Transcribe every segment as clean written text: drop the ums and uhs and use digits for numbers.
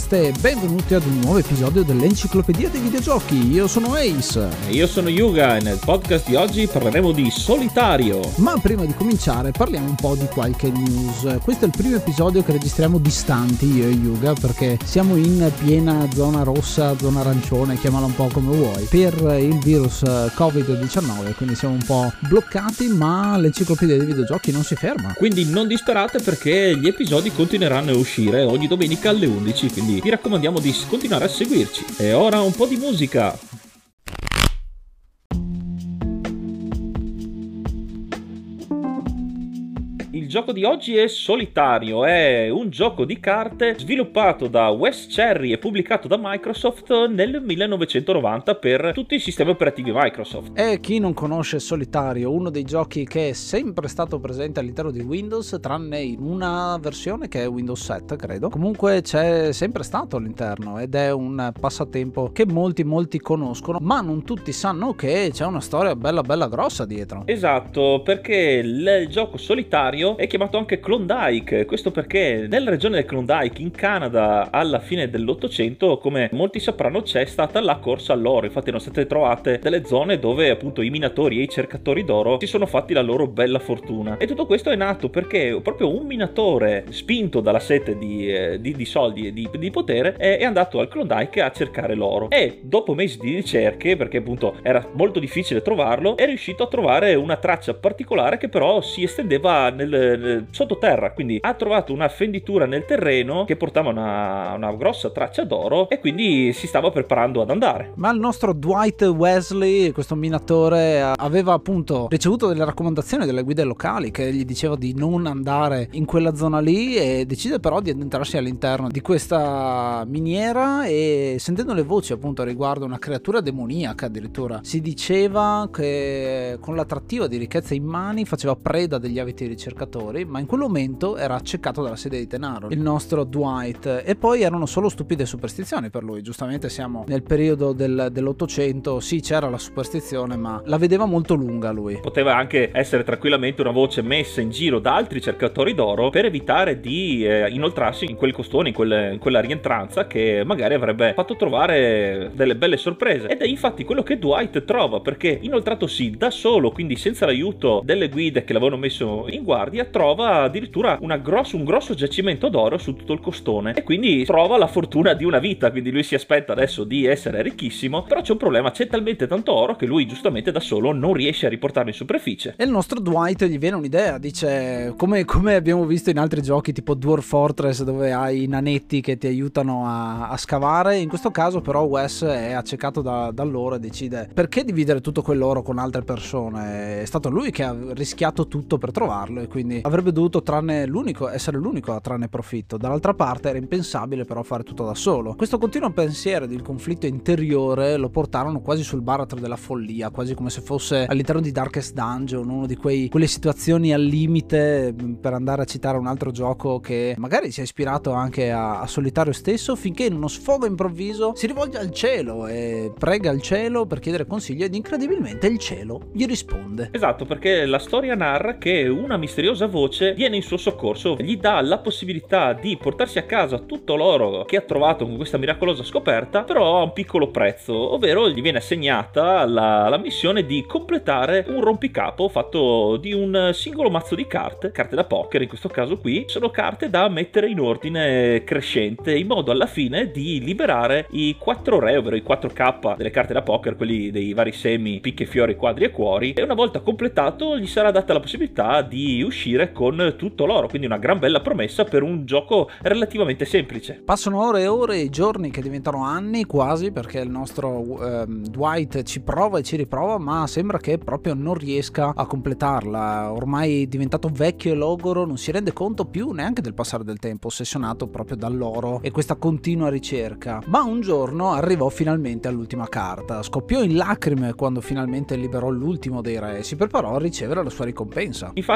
podcast e benvenuti ad un nuovo episodio dell'Enciclopedia dei Videogiochi. Io sono Ace. E io sono Yuga e nel podcast di oggi parleremo di Solitario. Ma prima di cominciare parliamo un po' di qualche news. Questo è il primo episodio che registriamo distanti io e Yuga perché siamo in piena zona rossa, zona arancione, chiamala un po' come vuoi, per il virus Covid-19, quindi siamo un po' bloccati, ma l'Enciclopedia dei Videogiochi non si ferma. Quindi non disperate perché gli episodi continueranno a uscire ogni domenica alle 11, quindi vi raccomandiamo di continuare a seguirci. E ora un po' di musica. Il gioco di oggi è Solitario, è un gioco di carte sviluppato da Wes Cherry e pubblicato da Microsoft nel 1990 per tutti i sistemi operativi Microsoft. E chi non conosce Solitario, uno dei giochi che è sempre stato presente all'interno di Windows, tranne in una versione che è Windows 7, credo. Comunque c'è sempre stato all'interno ed è un passatempo che molti conoscono, ma non tutti sanno che c'è una storia bella grossa dietro. Esatto, perché il gioco Solitario è chiamato anche Klondike, questo perché nella regione del Klondike in Canada alla fine dell'800, come molti sapranno, c'è stata la corsa all'oro. Infatti erano state trovate delle zone dove appunto i minatori e i cercatori d'oro si sono fatti la loro bella fortuna, e tutto questo è nato perché proprio un minatore spinto dalla sete di soldi e di potere è andato al Klondike a cercare l'oro, e dopo mesi di ricerche, perché appunto era molto difficile trovarlo, è riuscito a trovare una traccia particolare che però si estendeva sottoterra, quindi ha trovato una fenditura nel terreno che portava una grossa traccia d'oro, e quindi si stava preparando ad andare. Ma il nostro Dwight Wesley, questo minatore, aveva appunto ricevuto delle raccomandazioni delle guide locali che gli diceva di non andare in quella zona lì, e decide però di addentrarsi all'interno di questa miniera, e sentendo le voci appunto riguardo una creatura demoniaca, addirittura si diceva che con l'attrattiva di ricchezza in mani faceva preda degli aviti ricercatori, ma in quel momento era accecato dalla sede di denaro il nostro Dwight, e poi erano solo stupide superstizioni per lui. Giustamente siamo nel periodo dell'Ottocento, sì, c'era la superstizione, ma la vedeva molto lunga lui. Poteva anche essere tranquillamente una voce messa in giro da altri cercatori d'oro per evitare di inoltrarsi in quel costone, in quella rientranza che magari avrebbe fatto trovare delle belle sorprese. Ed è infatti quello che Dwight trova, perché inoltratosi da solo, quindi senza l'aiuto delle guide che l'avevano messo in guardia, trova addirittura un grosso giacimento d'oro su tutto il costone, e quindi trova la fortuna di una vita. Quindi lui si aspetta adesso di essere ricchissimo, però c'è un problema: c'è talmente tanto oro che lui giustamente da solo non riesce a riportarlo in superficie. E il nostro Dwight gli viene un'idea, dice, come abbiamo visto in altri giochi tipo Dwarf Fortress, dove hai i nanetti che ti aiutano a scavare. In questo caso però Wes è accecato dall'oro e decide: perché dividere tutto quell'oro con altre persone? È stato lui che ha rischiato tutto per trovarlo, e quindi avrebbe dovuto essere l'unico a trarne profitto. Dall'altra parte era impensabile però fare tutto da solo. Questo continuo pensiero del conflitto interiore lo portarono quasi sul baratro della follia, quasi come se fosse all'interno di Darkest Dungeon, uno di quelle situazioni al limite, per andare a citare un altro gioco che magari si è ispirato anche a Solitario stesso, finché in uno sfogo improvviso si rivolge al cielo e prega il cielo per chiedere consiglio, ed incredibilmente il cielo gli risponde. Esatto, perché la storia narra che una misteriosa voce viene in suo soccorso, gli dà la possibilità di portarsi a casa tutto l'oro che ha trovato con questa miracolosa scoperta, però a un piccolo prezzo, ovvero gli viene assegnata la missione di completare un rompicapo fatto di un singolo mazzo di carte da poker. In questo caso qui sono carte da mettere in ordine crescente, in modo alla fine di liberare i 4 re, ovvero i 4K delle carte da poker, quelli dei vari semi, picche, fiori, quadri e cuori, e una volta completato gli sarà data la possibilità di uscire con tutto l'oro. Quindi una gran bella promessa per un gioco relativamente semplice. Passano ore e ore, i giorni che diventano anni quasi, perché il nostro Dwight ci prova e ci riprova, ma sembra che proprio non riesca a completarla. Ormai diventato vecchio e logoro, non si rende conto più neanche del passare del tempo, ossessionato proprio dall'oro e questa continua ricerca. Ma un giorno arrivò finalmente all'ultima carta, scoppiò in lacrime quando finalmente liberò l'ultimo dei re e si preparò a ricevere la sua ricompensa. Infatti la voce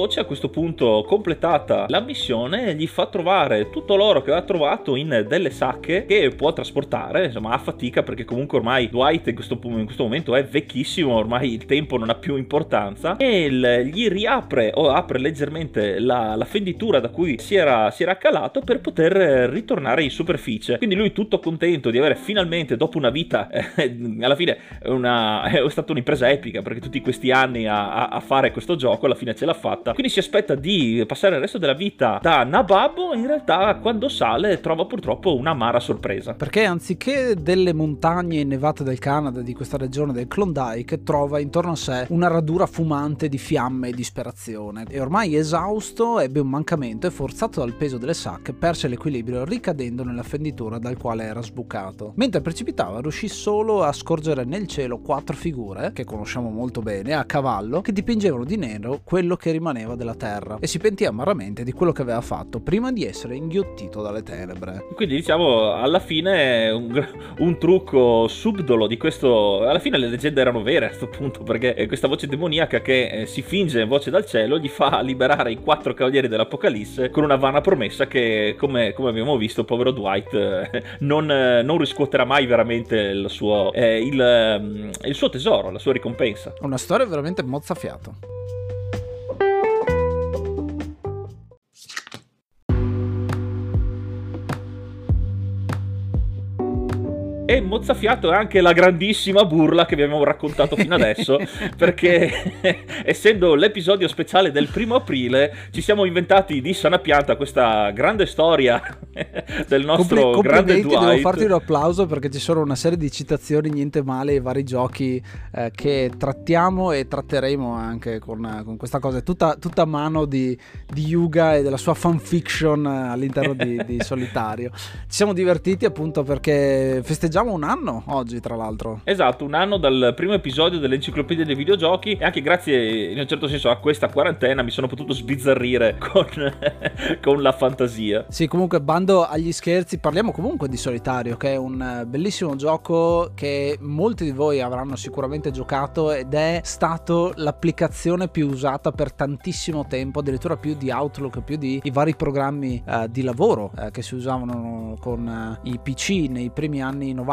voce, a questo punto completata la missione, gli fa trovare tutto l'oro che aveva trovato in delle sacche che può trasportare, insomma a fatica, perché comunque ormai Dwight in questo momento è vecchissimo, ormai il tempo non ha più importanza, e gli riapre o apre leggermente la fenditura da cui si era calato per poter ritornare in superficie. Quindi lui tutto contento di avere finalmente, dopo una vita alla fine è stata un'impresa epica, perché tutti questi anni a fare questo gioco alla fine ce l'ha fatta, quindi si aspetta di passare il resto della vita da nababbo. In realtà quando sale trova purtroppo un'amara sorpresa, perché anziché delle montagne innevate del Canada, di questa regione del Klondike, trova intorno a sé una radura fumante di fiamme e disperazione, e ormai esausto ebbe un mancamento e, forzato dal peso delle sacche, perse l'equilibrio ricadendo nella fenditura dal quale era sbucato. Mentre precipitava riuscì solo a scorgere nel cielo 4 figure, che conosciamo molto bene, a cavallo, che dipingevano di nero quello che rimaneva della terra, e si pentì amaramente di quello che aveva fatto prima di essere inghiottito dalle tenebre. Quindi diciamo alla fine un trucco subdolo di questo. Alla fine le leggende erano vere a questo punto, perché questa voce demoniaca che si finge voce dal cielo gli fa liberare i 4 cavalieri dell'Apocalisse con una vana promessa che, come abbiamo visto, povero Dwight non riscuoterà mai veramente il suo tesoro, la sua ricompensa. Una storia veramente mozzafiato. E mozzafiato è anche la grandissima burla che vi abbiamo raccontato fino adesso, perché essendo l'episodio speciale del 1° aprile ci siamo inventati di sana pianta questa grande storia del nostro grande Dwight. Devo farti un applauso, perché ci sono una serie di citazioni niente male ai vari giochi che trattiamo e tratteremo anche con questa cosa. È tutta a mano di Yuga e della sua fanfiction all'interno di Solitario. Ci siamo divertiti appunto perché festeggiamo un anno oggi, tra l'altro. Esatto, un anno dal primo episodio dell'enciclopedia dei videogiochi, e anche grazie in un certo senso a questa quarantena mi sono potuto sbizzarrire con la fantasia. Sì, comunque bando agli scherzi, parliamo comunque di Solitario, che è un bellissimo gioco che molti di voi avranno sicuramente giocato, ed è stato l'applicazione più usata per tantissimo tempo, addirittura più di Outlook, più di i vari programmi di lavoro che si usavano con i PC nei primi anni 90,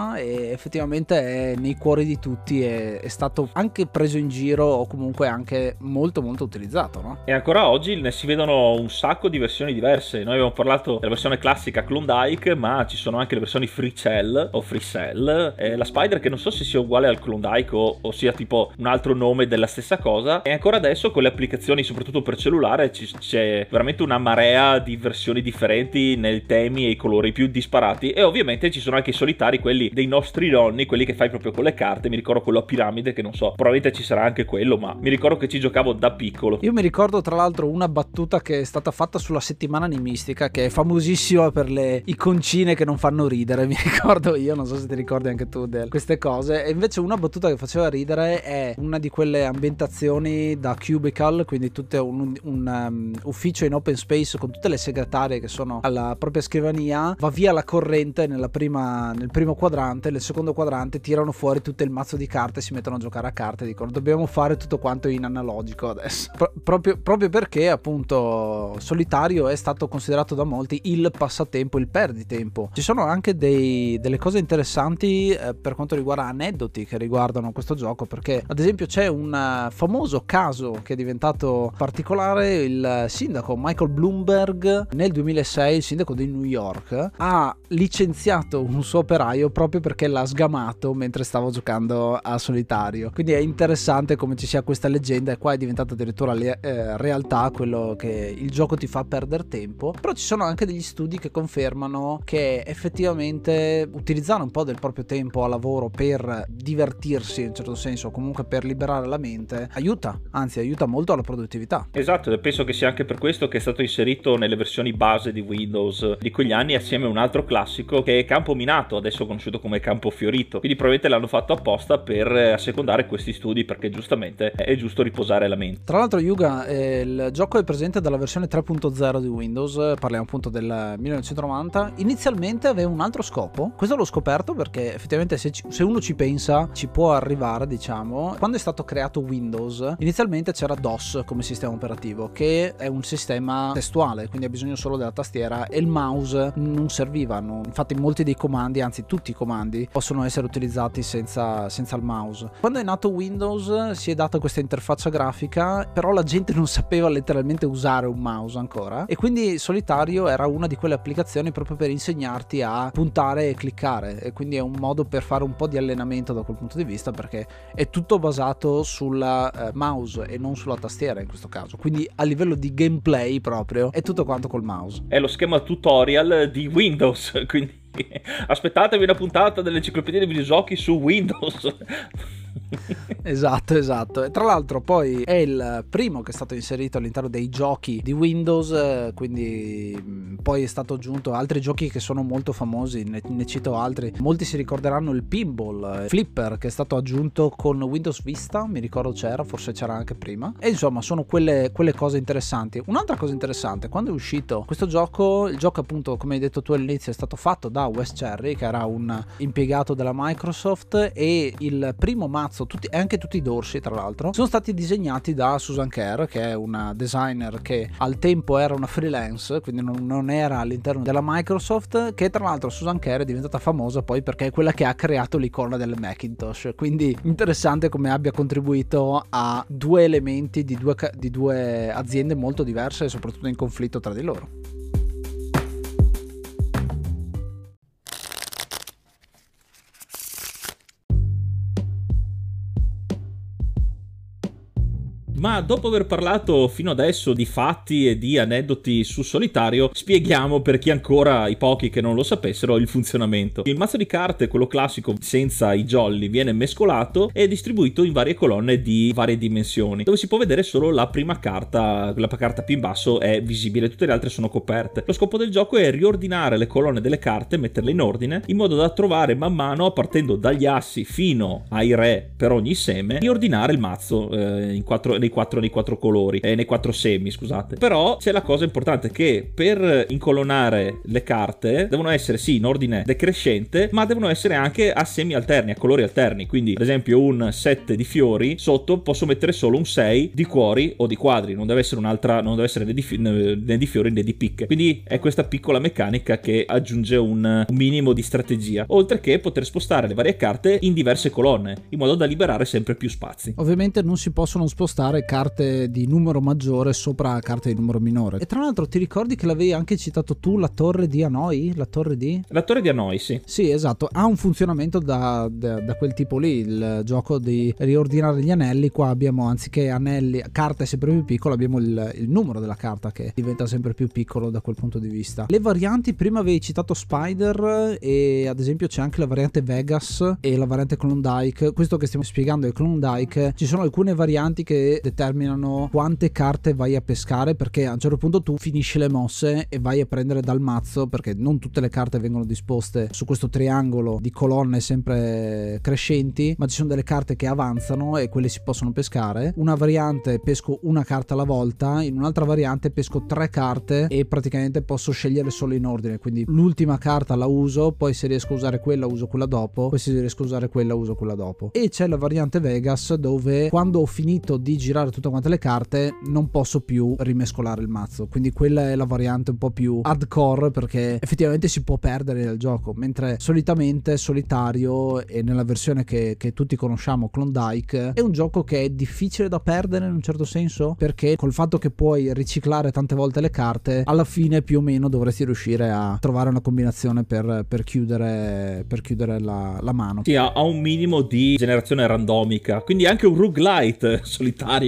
e effettivamente è nei cuori di tutti, è stato anche preso in giro o comunque anche molto molto utilizzato, no? E ancora oggi ne si vedono un sacco di versioni diverse. Noi abbiamo parlato della versione classica Klondike, ma ci sono anche le versioni Free Cell o Free Cell, la Spider, che non so se sia uguale al Klondike o sia tipo un altro nome della stessa cosa. E ancora adesso con le applicazioni, soprattutto per cellulare, c'è veramente una marea di versioni differenti nei temi e i colori più disparati. E ovviamente ci sono anche i solitari, quelli dei nostri nonni, quelli che fai proprio con le carte. Mi ricordo quello a piramide, che non so, probabilmente ci sarà anche quello, ma mi ricordo che ci giocavo da piccolo. Io mi ricordo tra l'altro una battuta che è stata fatta sulla settimana animistica, che è famosissima per le iconcine che non fanno ridere, mi ricordo io, non so se ti ricordi anche tu di queste cose. E invece una battuta che faceva ridere è una di quelle ambientazioni da cubicle, quindi tutto un ufficio in open space con tutte le segretarie che sono alla propria scrivania. Va via la corrente nel primo quadrante, nel secondo quadrante tirano fuori tutto il mazzo di carte, si mettono a giocare a carte, dicono dobbiamo fare tutto quanto in analogico adesso, proprio perché appunto Solitario è stato considerato da molti il passatempo, il perditempo. Ci sono anche delle cose interessanti per quanto riguarda aneddoti che riguardano questo gioco, perché ad esempio c'è un famoso caso che è diventato particolare. Il sindaco Michael Bloomberg nel 2006, il sindaco di New York, ha licenziato un suo operaio proprio perché l'ha sgamato mentre stavo giocando a Solitario. Quindi è interessante come ci sia questa leggenda, e qua è diventata addirittura realtà quello che il gioco ti fa perdere tempo. Però ci sono anche degli studi che confermano che effettivamente utilizzare un po' del proprio tempo a lavoro per divertirsi in un certo senso, o comunque per liberare la mente, aiuta molto alla produttività. Esatto, e penso che sia anche per questo che è stato inserito nelle versioni base di Windows di quegli anni, assieme a un altro classico che è Campo Minato, ad adesso conosciuto come Campo Fiorito, quindi probabilmente l'hanno fatto apposta per assecondare questi studi, perché giustamente è giusto riposare la mente. Tra l'altro, Yuga, il gioco è presente dalla versione 3.0 di Windows, parliamo appunto del 1990. Inizialmente aveva un altro scopo, questo l'ho scoperto perché effettivamente se uno ci pensa ci può arrivare, diciamo. Quando è stato creato Windows, inizialmente c'era DOS come sistema operativo, che è un sistema testuale, quindi ha bisogno solo della tastiera, e il mouse non servivano. Infatti molti dei comandi, anzi tutti i comandi, possono essere utilizzati senza il mouse. Quando è nato Windows si è data questa interfaccia grafica, però la gente non sapeva letteralmente usare un mouse ancora, e quindi Solitario era una di quelle applicazioni proprio per insegnarti a puntare e cliccare, e quindi è un modo per fare un po' di allenamento da quel punto di vista, perché è tutto basato sulla mouse e non sulla tastiera in questo caso, quindi a livello di gameplay proprio è tutto quanto col mouse. È lo schema tutorial di Windows, quindi aspettatevi una puntata dell'enciclopedia dei videogiochi su Windows. Esatto. E tra l'altro poi è il primo che è stato inserito all'interno dei giochi di Windows, quindi poi è stato aggiunto altri giochi che sono molto famosi, ne cito altri. Molti si ricorderanno il Pinball Flipper, che è stato aggiunto con Windows Vista, mi ricordo forse c'era anche prima, e insomma sono quelle cose interessanti. Un'altra cosa interessante, quando è uscito questo gioco, il gioco appunto, come hai detto tu all'inizio, è stato fatto da Wes Cherry, che era un impiegato della Microsoft, e il primo mazzo e anche tutti i dorsi, tra l'altro, sono stati disegnati da Susan Kerr, che è una designer che al tempo era una freelance, quindi non era all'interno della Microsoft, che tra l'altro Susan Kerr è diventata famosa poi perché è quella che ha creato l'icona del Macintosh, quindi interessante come abbia contribuito a due elementi di due aziende molto diverse e soprattutto in conflitto tra di loro. Ma dopo aver parlato fino adesso di fatti e di aneddoti su Solitario, spieghiamo per chi ancora, i pochi che non lo sapessero, il funzionamento. Il mazzo di carte, quello classico senza i jolly, viene mescolato e distribuito in varie colonne di varie dimensioni, dove si può vedere solo la prima carta, la carta più in basso è visibile, tutte le altre sono coperte. Lo scopo del gioco è riordinare le colonne delle carte, metterle in ordine, in modo da trovare man mano, partendo dagli assi fino ai re per ogni seme, riordinare il mazzo nei quattro colori, nei quattro semi, scusate. Però c'è la cosa importante, che per incolonnare le carte devono essere sì in ordine decrescente, ma devono essere anche a semi alterni, a colori alterni. Quindi ad esempio un 7 di fiori, sotto posso mettere solo un 6 di cuori o di quadri, non deve essere non deve essere né di fiori né di picche. Quindi è questa piccola meccanica che aggiunge un minimo di strategia, oltre che poter spostare le varie carte in diverse colonne, in modo da liberare sempre più spazi. Ovviamente non si possono spostare carte di numero maggiore sopra carte di numero minore. E tra l'altro ti ricordi che l'avevi anche citato tu, la torre di Hanoi? La torre di Hanoi, sì. Sì, esatto, ha un funzionamento da quel tipo lì, il gioco di riordinare gli anelli. Qua abbiamo, anziché anelli, carte sempre più piccole, abbiamo il numero della carta che diventa sempre più piccolo da quel punto di vista. Le varianti, prima avevi citato Spider, e ad esempio c'è anche la variante Vegas e la variante Klondike. Questo che stiamo spiegando è Klondike. Ci sono alcune varianti che determinano quante carte vai a pescare, perché a un certo punto tu finisci le mosse e vai a prendere dal mazzo, perché non tutte le carte vengono disposte su questo triangolo di colonne sempre crescenti, ma ci sono delle carte che avanzano e quelle si possono pescare. Una variante pesco una carta alla volta, in un'altra variante pesco 3 carte e praticamente posso scegliere solo in ordine, quindi l'ultima carta la uso, poi se riesco a usare quella uso quella dopo, poi se riesco a usare quella uso quella dopo. E c'è la variante Vegas, dove quando ho finito di girare tutte quante le carte non posso più rimescolare il mazzo, quindi quella è la variante un po' più hardcore, perché effettivamente si può perdere nel gioco, mentre solitamente Solitario, e nella versione che tutti conosciamo, Klondike, è un gioco che è difficile da perdere in un certo senso, perché col fatto che puoi riciclare tante volte le carte, alla fine più o meno dovresti riuscire a trovare una combinazione per chiudere la mano. Sì, ha un minimo di generazione randomica, quindi anche un roguelite Solitario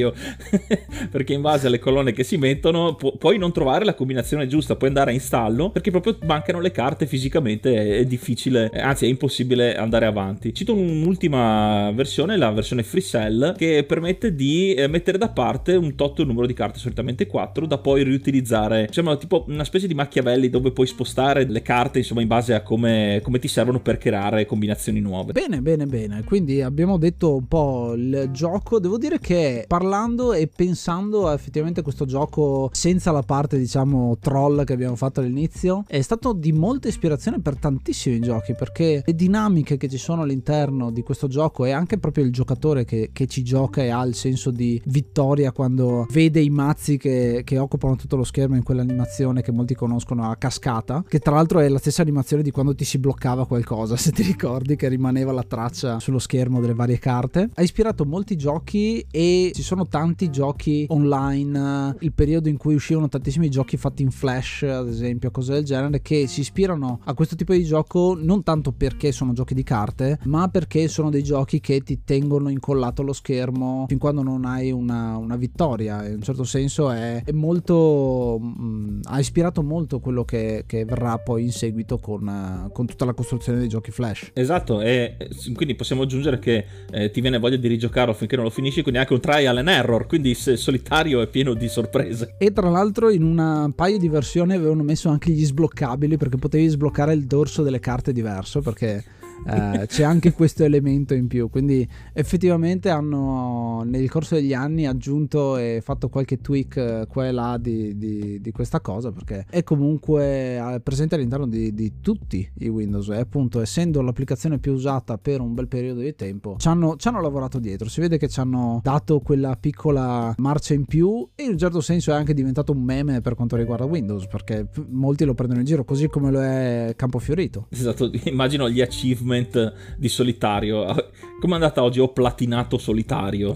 solitario perché in base alle colonne che si mettono puoi non trovare la combinazione giusta, puoi andare a installo perché proprio mancano le carte fisicamente, è difficile, anzi è impossibile andare avanti. Cito un'ultima versione, la versione Free Cell, che permette di mettere da parte un tot numero di carte, solitamente 4, da poi riutilizzare, diciamo tipo una specie di Machiavelli dove puoi spostare le carte insomma in base a come ti servono per creare combinazioni nuove. Bene, quindi abbiamo detto un po' il gioco. Devo dire che parlando e pensando a effettivamente questo gioco senza la parte diciamo troll che abbiamo fatto all'inizio, è stato di molta ispirazione per tantissimi giochi, perché le dinamiche che ci sono all'interno di questo gioco e anche proprio il giocatore che ci gioca e ha il senso di vittoria quando vede i mazzi che occupano tutto lo schermo in quell'animazione che molti conoscono a cascata, che tra l'altro è la stessa animazione di quando ti si bloccava qualcosa, se ti ricordi, che rimaneva la traccia sullo schermo delle varie carte. Ha ispirato molti giochi e ci sono tanti giochi online, il periodo in cui uscivano tantissimi giochi fatti in Flash ad esempio, cose del genere, che si ispirano a questo tipo di gioco non tanto perché sono giochi di carte, ma perché sono dei giochi che ti tengono incollato allo schermo fin quando non hai una vittoria. In un certo senso è molto ha ispirato molto quello che verrà poi in seguito con tutta la costruzione dei giochi Flash. Esatto, e quindi possiamo aggiungere che ti viene voglia di rigiocarlo finché non lo finisci, quindi anche un trial and error, quindi solitario è pieno di sorprese. E tra l'altro in un paio di versioni avevano messo anche gli sbloccabili, perché potevi sbloccare il dorso delle carte diverso, perché c'è anche questo elemento in più, quindi effettivamente hanno nel corso degli anni aggiunto e fatto qualche tweak qua e là di questa cosa, perché è comunque presente all'interno di tutti i Windows e appunto essendo l'applicazione più usata per un bel periodo di tempo ci hanno lavorato dietro. Si vede che ci hanno dato quella piccola marcia in più e in un certo senso è anche diventato un meme per quanto riguarda Windows, perché molti lo prendono in giro, così come lo è Campofiorito. Esatto, immagino gli achievement di solitario. Come è andata oggi? Ho platinato solitario.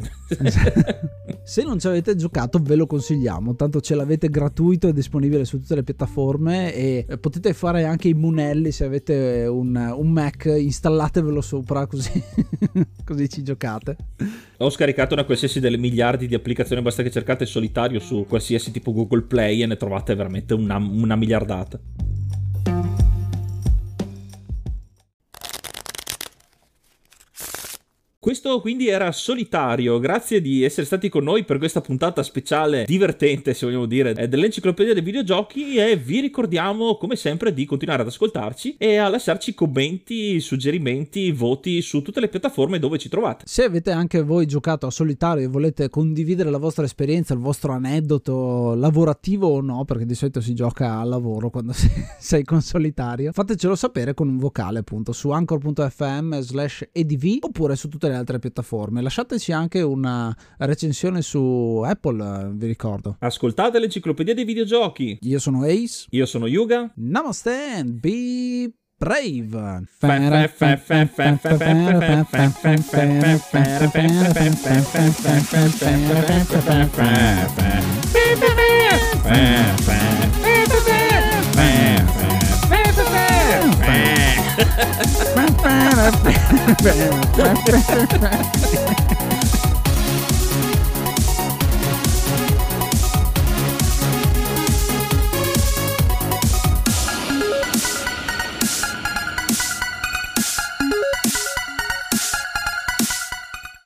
Se non ci avete giocato ve lo consigliamo, tanto ce l'avete gratuito e disponibile su tutte le piattaforme e potete fare anche i munelli. Se avete un Mac, installatevelo sopra così così ci giocate. Ho scaricato una qualsiasi delle miliardi di applicazioni, basta che cercate solitario su qualsiasi tipo Google Play e ne trovate veramente una miliardata. Questo quindi era Solitario, grazie di essere stati con noi per questa puntata speciale divertente, se vogliamo dire, dell'Enciclopedia dei Videogiochi, e vi ricordiamo come sempre di continuare ad ascoltarci e a lasciarci commenti, suggerimenti, voti su tutte le piattaforme dove ci trovate. Se avete anche voi giocato a Solitario e volete condividere la vostra esperienza, il vostro aneddoto lavorativo o no, perché di solito si gioca al lavoro quando sei con Solitario, fatecelo sapere con un vocale appunto su anchor.fm/edv oppure su tutte le altre piattaforme. Lasciateci anche una recensione su Apple, vi ricordo. Ascoltate l'Enciclopedia dei Videogiochi. Io sono Ace. Io sono Yuga. Namaste and be brave.